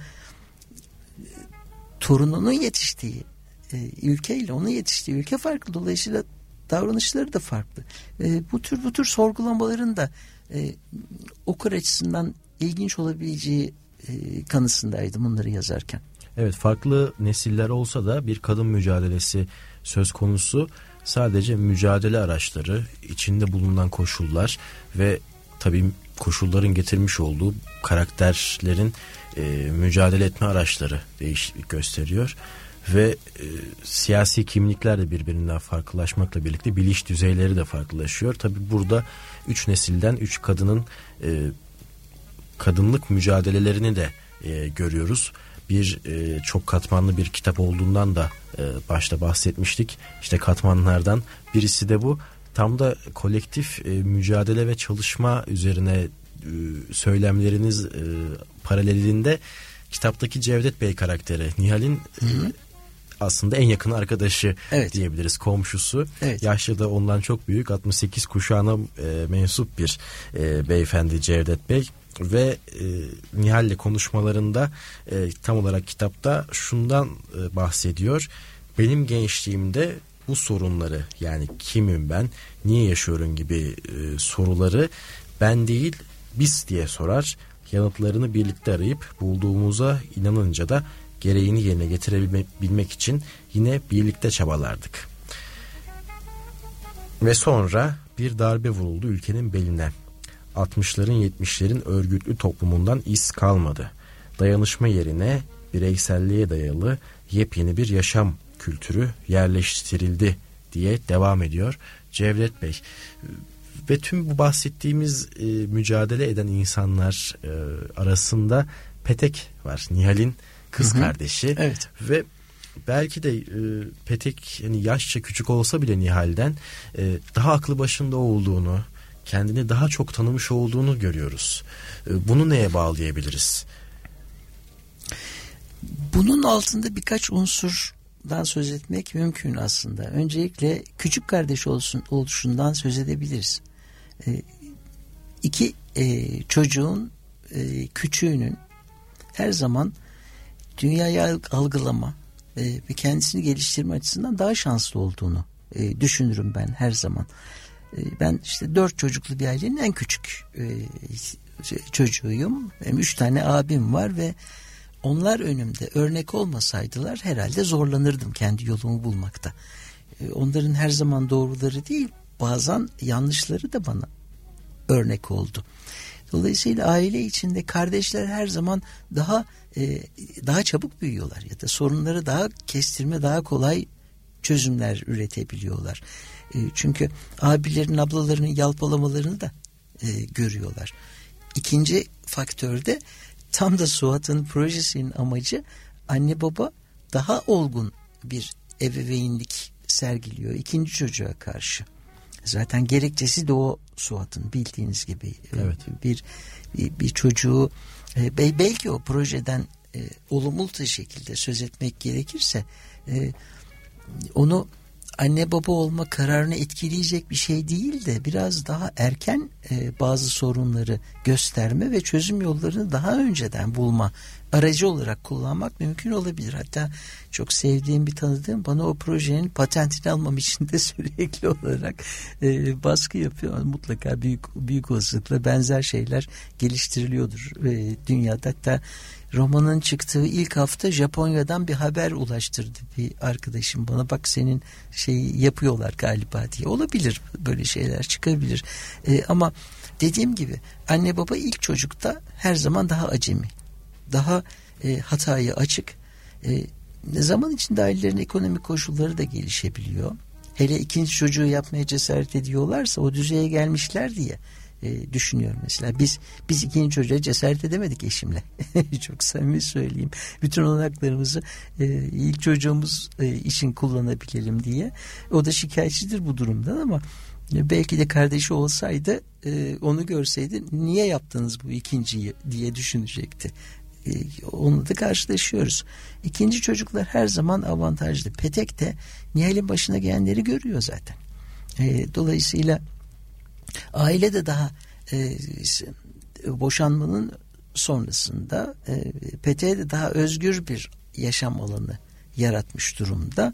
Speaker 2: torununun yetiştiği ülkeyle onun yetiştiği ülke farklı. Dolayısıyla davranışları da farklı. Bu tür sorgulamaların da okur açısından ilginç olabileceği kanısındaydım bunları yazarken.
Speaker 1: Evet, farklı nesiller olsa da bir kadın mücadelesi söz konusu. Sadece mücadele araçları, içinde bulunan koşullar ve tabii koşulların getirmiş olduğu karakterlerin mücadele etme araçları değişiklik gösteriyor. Ve siyasi kimlikler de birbirinden farklılaşmakla birlikte bilinç düzeyleri de farklılaşıyor. Tabii burada 3 nesilden 3 kadının kadınlık mücadelelerini de görüyoruz. Çok katmanlı bir kitap olduğundan da başta bahsetmiştik. İşte katmanlardan birisi de bu. Tam da kolektif mücadele ve çalışma üzerine söylemleriniz paralelinde kitaptaki Cevdet Bey karakteri Nihal'in aslında en yakın arkadaşı diyebiliriz, komşusu. Evet. Yaşlı da ondan çok büyük, 68 kuşağına mensup bir beyefendi Cevdet Bey ve Nihal'le konuşmalarında tam olarak kitapta şundan bahsediyor. Benim gençliğimde bu sorunları, yani kimim ben, niye yaşıyorum gibi soruları ben değil biz diye sorar. Yanıtlarını birlikte arayıp bulduğumuza inanınca da gereğini yerine getirebilmek için yine birlikte çabalardık. Ve sonra bir darbe vuruldu ülkenin beline. 60'ların 70'lerin örgütlü toplumundan iz kalmadı. Dayanışma yerine bireyselliğe dayalı yepyeni bir yaşam kültürü yerleştirildi diye devam ediyor Cevdet Bey. Ve tüm bu bahsettiğimiz mücadele eden insanlar arasında Petek var. Nihal'in kız kardeşi.
Speaker 2: Evet.
Speaker 1: Ve belki de Petek yani yaşça küçük olsa bile Nihal'den daha aklı başında olduğunu, kendini daha çok tanımış olduğunu görüyoruz. Bunu neye bağlayabiliriz?
Speaker 2: Bunun altında birkaç unsurdan söz etmek mümkün aslında. Öncelikle küçük kardeş oluşundan söz edebiliriz. İki çocuğun küçüğünün her zaman dünyayı algılama ve kendisini geliştirme açısından daha şanslı olduğunu düşünürüm ben her zaman. Ben işte 4 çocuklu bir ailenin en küçük çocuğuyum. Benim 3 tane abim var ve onlar önümde örnek olmasaydılar herhalde zorlanırdım kendi yolumu bulmakta. Onların her zaman doğruları değil, bazen yanlışları da bana örnek oldu. Dolayısıyla aile içinde kardeşler her zaman daha çabuk büyüyorlar ya da sorunları daha kestirme, daha kolay çözümler üretebiliyorlar. Çünkü abilerin, ablalarının yalpalamalarını da görüyorlar. İkinci faktörde tam da Suat'ın projesinin amacı anne baba daha olgun bir ebeveynlik sergiliyor ikinci çocuğa karşı. Zaten gerekçesi de o Suat'ın bildiğiniz gibi.
Speaker 1: Evet.
Speaker 2: Bir çocuğu belki o projeden olumlu bir şekilde söz etmek gerekirse onu anne baba olma kararını etkileyecek bir şey değil de biraz daha erken bazı sorunları gösterme ve çözüm yollarını daha önceden bulma aracı olarak kullanmak mümkün olabilir. Hatta çok sevdiğim bir tanıdığım bana o projenin patentini almam için de sürekli olarak baskı yapıyor. Mutlaka büyük olasılıkla benzer şeyler geliştiriliyordur dünyada. Hatta romanın çıktığı ilk hafta Japonya'dan bir haber ulaştırdı bir arkadaşım bana. Bak senin şeyi yapıyorlar galiba diye. Olabilir, böyle şeyler çıkabilir. Ama dediğim gibi anne baba ilk çocukta her zaman daha acemi, daha hataya açık. Zaman içinde ailelerin ekonomik koşulları da gelişebiliyor. Hele ikinci çocuğu yapmaya cesaret ediyorlarsa o düzeye gelmişler diye düşünüyorum mesela. Biz ikinci çocuğa cesaret edemedik eşimle. Çok samimi söyleyeyim. Bütün olanaklarımızı ilk çocuğumuz için kullanabilelim diye. O da şikayetçidir bu durumdan ama belki de kardeşi olsaydı onu görseydi niye yaptınız bu ikinciyi diye düşünecekti. Onunla da karşılaşıyoruz. İkinci çocuklar her zaman avantajlı. Petek de Nihal'in başına gelenleri görüyor zaten. Dolayısıyla aile de daha boşanmanın sonrasında Petek'e de daha özgür bir yaşam alanı yaratmış durumda.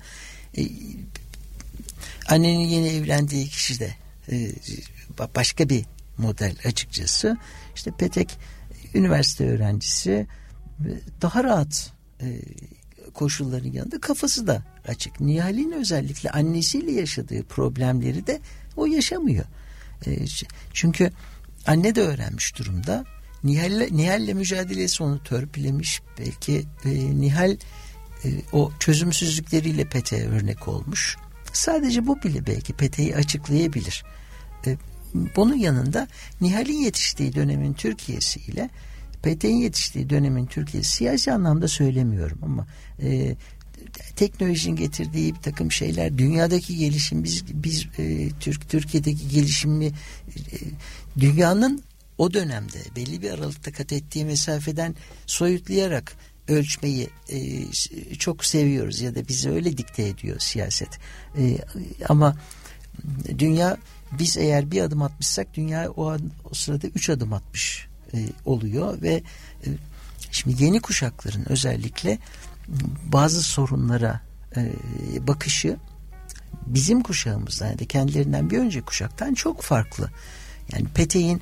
Speaker 2: Annenin yeni evlendiği kişi de başka bir model açıkçası. İşte Petek üniversite öğrencisi, daha rahat koşulların yanında kafası da açık. Nihal'in özellikle annesiyle yaşadığı problemleri de o yaşamıyor. Çünkü anne de öğrenmiş durumda. Nihal'le mücadelesi onu törpülemiş. Belki Nihal o çözümsüzlükleriyle Petek'e örnek olmuş. Sadece bu bile belki Petek'i açıklayabilir. Bunun yanında Nihal'in yetiştiği dönemin Türkiye'siyle Petek'in yetiştiği dönemin Türkiye'si, siyasi anlamda söylemiyorum ama teknolojinin getirdiği bir takım şeyler, dünyadaki gelişim, biz Türkiye'deki gelişimi dünyanın o dönemde belli bir aralıkta kat ettiği mesafeden soyutlayarak ölçmeyi çok seviyoruz ya da bize öyle dikte ediyor siyaset. Ama dünya, biz eğer bir adım atmışsak dünya o sırada 3 adım atmış oluyor ve şimdi yeni kuşakların özellikle bazı sorunlara bakışı bizim kuşağımızdan ya da kendilerinden bir önceki kuşaktan çok farklı. Yani Petek'in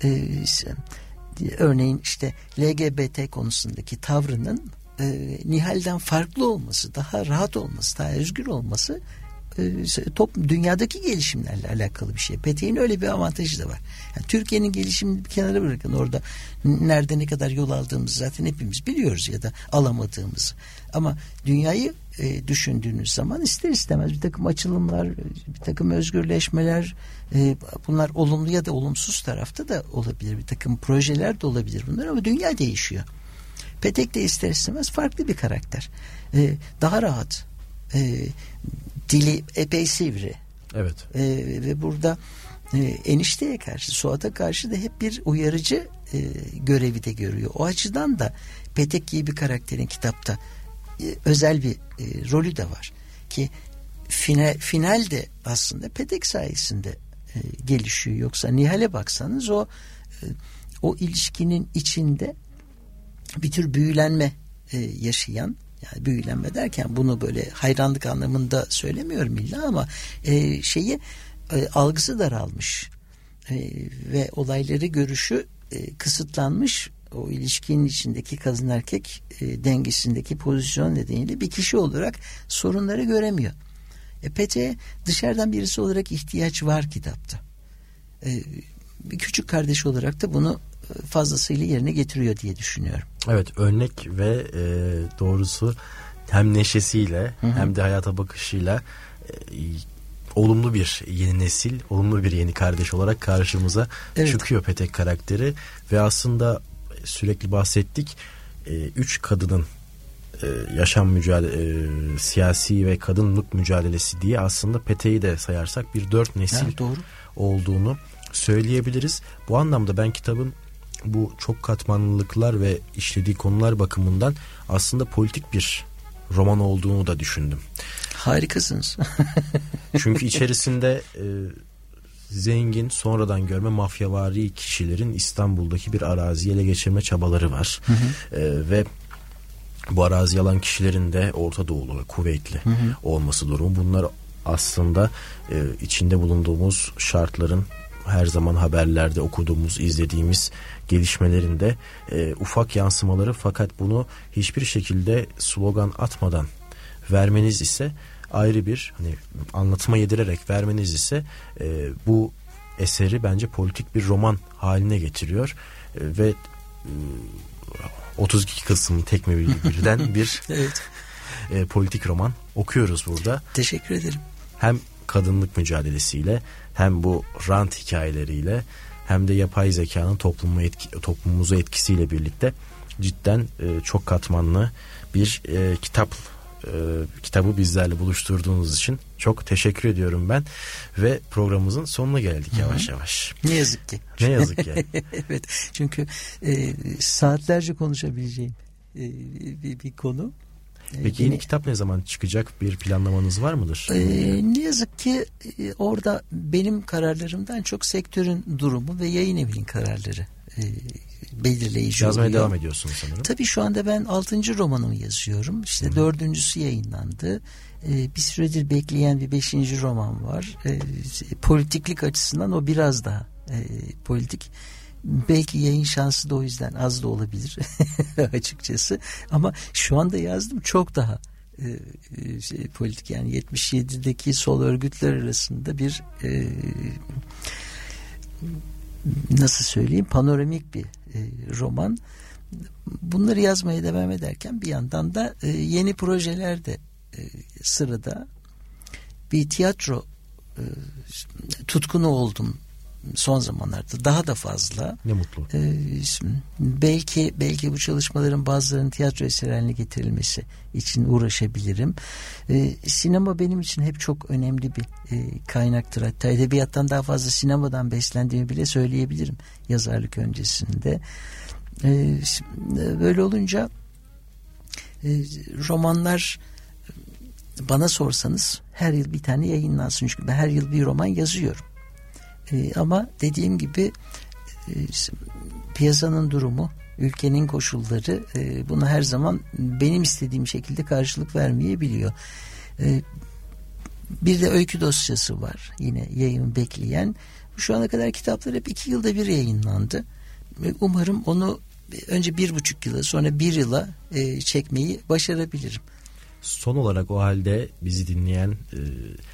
Speaker 2: örneğin işte LGBT konusundaki tavrının Nihal'den farklı olması, daha rahat olması, daha özgür olması dünyadaki gelişimlerle alakalı bir şey. Petek'in öyle bir avantajı da var. Yani Türkiye'nin gelişimini bir kenara bırakın. Orada nerede ne kadar yol aldığımızı zaten hepimiz biliyoruz ya da alamadığımızı. Ama dünyayı düşündüğünüz zaman ister istemez bir takım açılımlar, bir takım özgürleşmeler, bunlar olumlu ya da olumsuz tarafta da olabilir. Bir takım projeler de olabilir bunlar ama dünya değişiyor. Petek de ister istemez farklı bir karakter. Daha rahat. Dili epey sivri.
Speaker 1: Evet.
Speaker 2: Ve burada enişteye karşı, Suat'a karşı da hep bir uyarıcı görevi de görüyor. O açıdan da Petek gibi bir karakterin kitapta özel bir rolü de var. Ki final de aslında Petek sayesinde gelişiyor. Yoksa Nihal'e baksanız o ilişkinin içinde bir tür büyülenme yaşayan, yani büyülenme derken bunu böyle hayranlık anlamında söylemiyorum illa ama algısı daralmış ve olayları görüşü kısıtlanmış, o ilişkinin içindeki kadın erkek dengesindeki pozisyon nedeniyle bir kişi olarak sorunları göremiyor. Petek'e dışarıdan birisi olarak ihtiyaç var kitapta. Bir küçük kardeş olarak da bunu fazlasıyla yerine getiriyor diye düşünüyorum.
Speaker 1: Evet, örnek ve doğrusu hem neşesiyle hem de hayata bakışıyla olumlu bir yeni nesil, olumlu bir yeni kardeş olarak karşımıza çıkıyor Petek karakteri ve aslında sürekli bahsettik 3 kadının yaşam mücadele, siyasi ve kadınlık mücadelesi diye aslında Petek'i de sayarsak bir 4 nesil olduğunu söyleyebiliriz. Bu anlamda ben kitabın bu çok katmanlılıklar ve işlediği konular bakımından aslında politik bir roman olduğunu da düşündüm.
Speaker 2: Harikasınız.
Speaker 1: Çünkü içerisinde zengin, sonradan görme mafyavari kişilerin İstanbul'daki bir araziyi ele geçirme çabaları var. Ve bu arazi alan kişilerin de Orta Doğulu ve kuvvetli olması durumu. Bunlar aslında içinde bulunduğumuz şartların her zaman haberlerde okuduğumuz, izlediğimiz gelişmelerinde ufak yansımaları, fakat bunu hiçbir şekilde slogan atmadan vermeniz ise ayrı bir anlatıma yedirerek vermeniz ise bu eseri bence politik bir roman haline getiriyor ve 32 kısmı tekmilden bir politik roman okuyoruz burada.
Speaker 2: Teşekkür ederim.
Speaker 1: Hem kadınlık mücadelesiyle hem bu rant hikayeleriyle hem de yapay zekanın toplumumuza etkisiyle birlikte cidden çok katmanlı bir kitabı bizlerle buluşturduğunuz için çok teşekkür ediyorum ben ve programımızın sonuna geldik yavaş yavaş.
Speaker 2: Ne yazık ki.
Speaker 1: Ne yazık ki.
Speaker 2: Evet, çünkü saatlerce konuşabileceğim bir konu.
Speaker 1: Peki yeni kitap ne zaman çıkacak? Bir planlamanız var mıdır?
Speaker 2: Ne yazık ki orada benim kararlarımdan çok sektörün durumu ve yayın evinin kararları belirleyici
Speaker 1: Yazmaya
Speaker 2: oluyor.
Speaker 1: devam ediyorsunuz sanırım.
Speaker 2: Tabii şu anda ben 6. romanımı yazıyorum. İşte 4.'sü yayınlandı. Bir süredir bekleyen bir 5. roman var. Politiklik açısından o biraz daha politik. Belki yayın şansı da o yüzden az da olabilir açıkçası. Ama şu anda yazdım çok daha politik, yani 77'deki sol örgütler arasında bir nasıl söyleyeyim, panoramik bir roman. Bunları yazmaya devam ederken bir yandan da yeni projeler de sırada. Bir tiyatro tutkunu oldum son zamanlarda, daha da fazla.
Speaker 1: Ne mutlu.
Speaker 2: Belki bu çalışmaların bazılarının tiyatro eseri haline getirilmesi için uğraşabilirim. Sinema benim için hep çok önemli bir kaynaktır. Hatta edebiyattan daha fazla sinemadan beslendiğimi bile söyleyebilirim yazarlık öncesinde. Böyle olunca romanlar, bana sorsanız her yıl bir tane yayınlansın. Çünkü ben her yıl bir roman yazıyorum. Ama dediğim gibi piyasanın durumu, ülkenin koşulları buna her zaman benim istediğim şekilde karşılık vermeyebiliyor. Bir de öykü dosyası var yine yayın bekleyen. Şu ana kadar kitaplar hep 2 yılda bir yayınlandı. Umarım onu önce 1,5 yıla, sonra 1 yıla çekmeyi başarabilirim.
Speaker 1: Son olarak o halde bizi dinleyen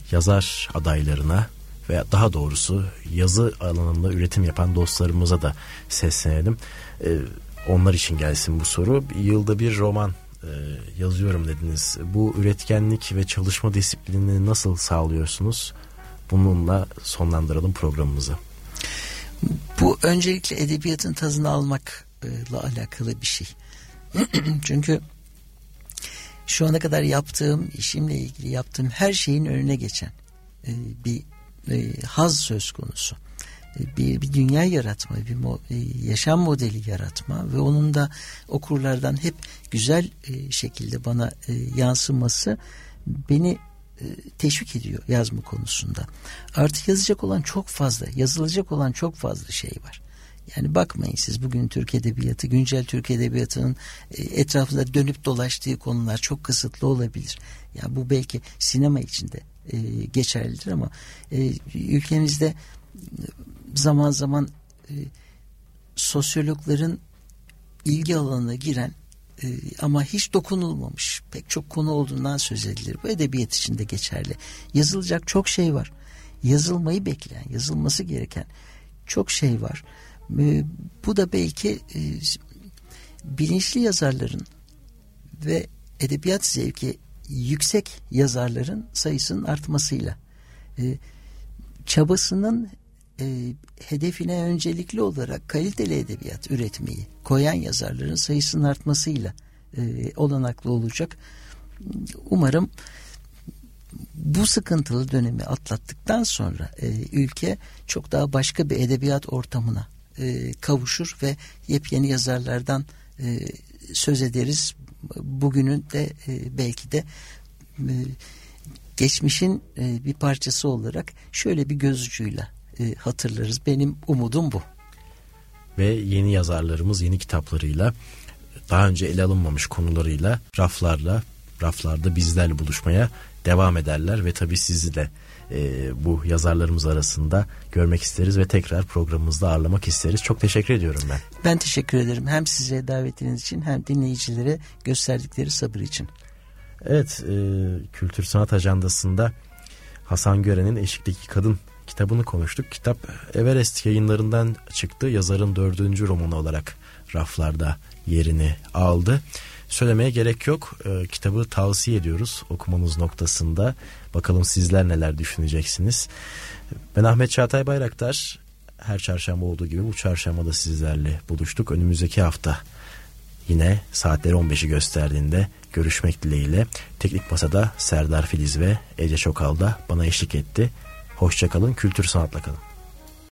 Speaker 1: yazar adaylarına veya daha doğrusu yazı alanında üretim yapan dostlarımıza da seslenelim. Onlar için gelsin bu soru. Yılda bir roman yazıyorum dediniz. Bu üretkenlik ve çalışma disiplinini nasıl sağlıyorsunuz? Bununla sonlandıralım programımızı.
Speaker 2: Bu öncelikle edebiyatın tadını almakla alakalı bir şey. Çünkü şu ana kadar yaptığım, işimle ilgili yaptığım her şeyin önüne geçen bir haz söz konusu. Bir dünya yaratma, bir yaşam modeli yaratma ve onun da okurlardan hep güzel şekilde bana yansıması beni teşvik ediyor yazma konusunda. Artık yazacak olan çok fazla, yazılacak olan çok fazla şey var. Yani bakmayın siz bugün Türk Edebiyatı, güncel Türk Edebiyatı'nın etrafında dönüp dolaştığı konular çok kısıtlı olabilir. Yani bu belki sinema içinde geçerlidir ama ülkemizde zaman zaman sosyologların ilgi alanına giren ama hiç dokunulmamış pek çok konu olduğundan söz edilir. Bu edebiyat için de geçerli. Yazılacak çok şey var. Yazılmayı bekleyen, yazılması gereken çok şey var. Bu da belki bilinçli yazarların ve edebiyat zevki yüksek yazarların sayısının artmasıyla, çabasının hedefine öncelikli olarak kaliteli edebiyat üretmeyi koyan yazarların sayısının artmasıyla olanaklı olacak. Umarım bu sıkıntılı dönemi atlattıktan sonra ülke çok daha başka bir edebiyat ortamına kavuşur ve yepyeni yazarlardan söz ederiz. Bugünün de belki de geçmişin bir parçası olarak şöyle bir göz ucuyla hatırlarız. Benim umudum bu.
Speaker 1: Ve yeni yazarlarımız yeni kitaplarıyla, daha önce ele alınmamış konularıyla raflarda bizlerle buluşmaya devam ederler ve tabii sizi de bu yazarlarımız arasında görmek isteriz ve tekrar programımızda ağırlamak isteriz. Çok teşekkür ediyorum ben.
Speaker 2: Ben teşekkür ederim. Hem size davetiniz için hem dinleyicilere gösterdikleri sabır için.
Speaker 1: Evet, Kültür Sanat Ajandası'nda Hasan Gören'in Eşikteki Kadın kitabını konuştuk. Kitap Everest Yayınları'ndan çıktı. Yazarın 4. romanı olarak raflarda yerini aldı. Söylemeye gerek yok. Kitabı tavsiye ediyoruz okumanız noktasında. Bakalım sizler neler düşüneceksiniz. Ben Ahmet Çağatay Bayraktar. Her çarşamba olduğu gibi bu çarşamba da sizlerle buluştuk. Önümüzdeki hafta yine saatleri 15'i gösterdiğinde görüşmek dileğiyle. Teknik Masa'da Serdar Filiz ve Ece Çokal da bana eşlik etti. Hoşça kalın, kültür sanatla kalın.